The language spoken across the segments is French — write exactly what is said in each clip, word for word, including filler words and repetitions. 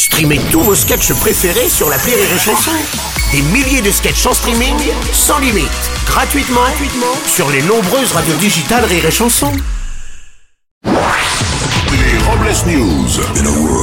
Streamez tous vos sketchs préférés sur l'appli Rire et Chanson. Des milliers de sketchs en streaming, sans limite, gratuitement, gratuitement sur les nombreuses radios digitales Rire et Chanson. Les Robles News.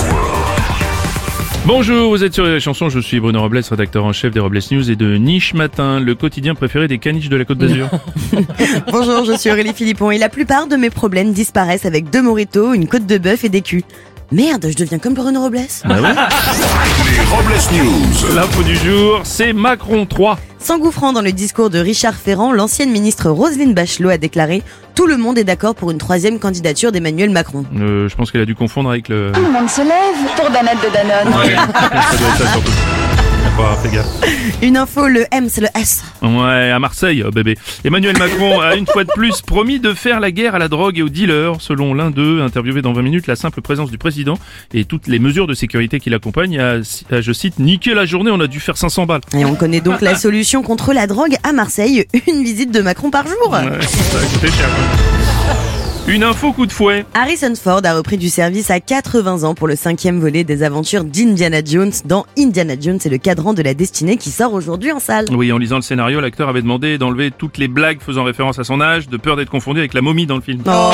Bonjour, vous êtes sur les chansons, je suis Bruno Robles, rédacteur en chef des Robles News et de Niche Matin, le quotidien préféré des caniches de la Côte d'Azur. Bonjour, je suis Aurélie Philippon et la plupart de mes problèmes disparaissent avec deux mojitos, une côte de bœuf et des culs. Merde, je deviens comme Bruno Robles. Ah ouais. Les Robles News. L'info du jour, c'est Macron trois. S'engouffrant dans le discours de Richard Ferrand, l'ancienne ministre Roselyne Bachelot a déclaré « Tout le monde est d'accord pour une troisième candidature d'Emmanuel Macron ». Euh, je pense qu'elle a dû confondre avec le... Tout le monde se lève pour Danette de Danone. Ouais, ça doit être ça surtout. Pas fait gaffe. Une info, le M c'est le S. Ouais, à Marseille, oh bébé. Emmanuel Macron a une fois de plus promis de faire la guerre à la drogue et aux dealers. Selon l'un d'eux, interviewé dans vingt minutes, la simple présence du président et toutes les mesures de sécurité qui l'accompagnent a, a, je cite, niqué la journée, on a dû faire cinq cents balles. Et on connaît donc la solution contre la drogue à Marseille, une visite de Macron par jour. Ouais, ça a coûté cher. Une info coup de fouet. Harrison Ford a repris du service à quatre-vingts ans pour le cinquième volet des aventures d'Indiana Jones dans Indiana Jones et le cadran de la destinée qui sort aujourd'hui en salle. Oui, en lisant le scénario, l'acteur avait demandé d'enlever toutes les blagues faisant référence à son âge, de peur d'être confondu avec la momie dans le film. Oh.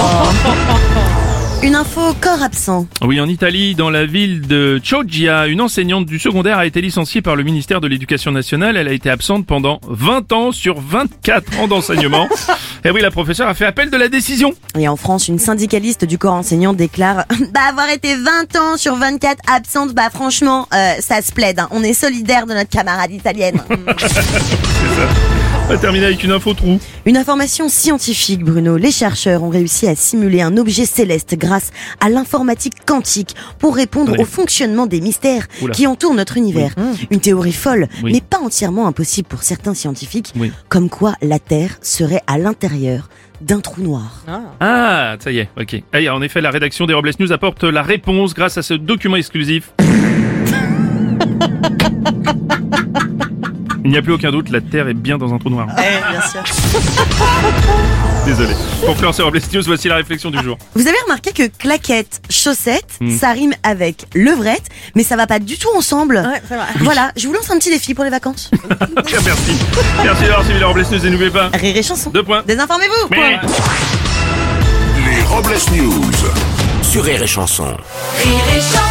Une info corps absent. Oui, en Italie, dans la ville de Chioggia, une enseignante du secondaire a été licenciée par le ministère de l'Éducation nationale. Elle a été absente pendant vingt ans sur vingt-quatre ans d'enseignement. Et oui, la professeure a fait appel de la décision. Et en France, une syndicaliste du corps enseignant déclare « Bah avoir été vingt ans sur vingt-quatre absente, bah franchement, euh, ça se plaide. Hein. On est solidaire de notre camarade italienne. » C'est ça. On va terminer avec une info trou. Une information scientifique, Bruno. Les chercheurs ont réussi à simuler un objet céleste grâce à l'informatique quantique pour répondre Oui. au fonctionnement des mystères Oula. qui entourent notre univers. Oui. Une théorie folle, Oui. mais pas entièrement impossible pour certains scientifiques, Oui. comme quoi la Terre serait à l'intérieur d'un trou noir. Ah, ça y est, ok. Et en effet, la rédaction des Robles News apporte la réponse grâce à ce document exclusif. Il n'y a plus aucun doute, la Terre est bien dans un trou noir. Eh, bien sûr. Désolé. Pour clore ces Robles News, voici la réflexion du jour. Vous avez remarqué que claquette, chaussette, Mm. ça rime avec levrette, mais ça va pas du tout ensemble. Voilà, je vous lance un petit défi pour les vacances. Merci. Merci d'avoir suivi les Robles News et n'oubliez pas. Rire et chanson. Deux points. Désinformez-vous. Mais- Les Robles News. Sur Rire et Chanson. Rire et chanson.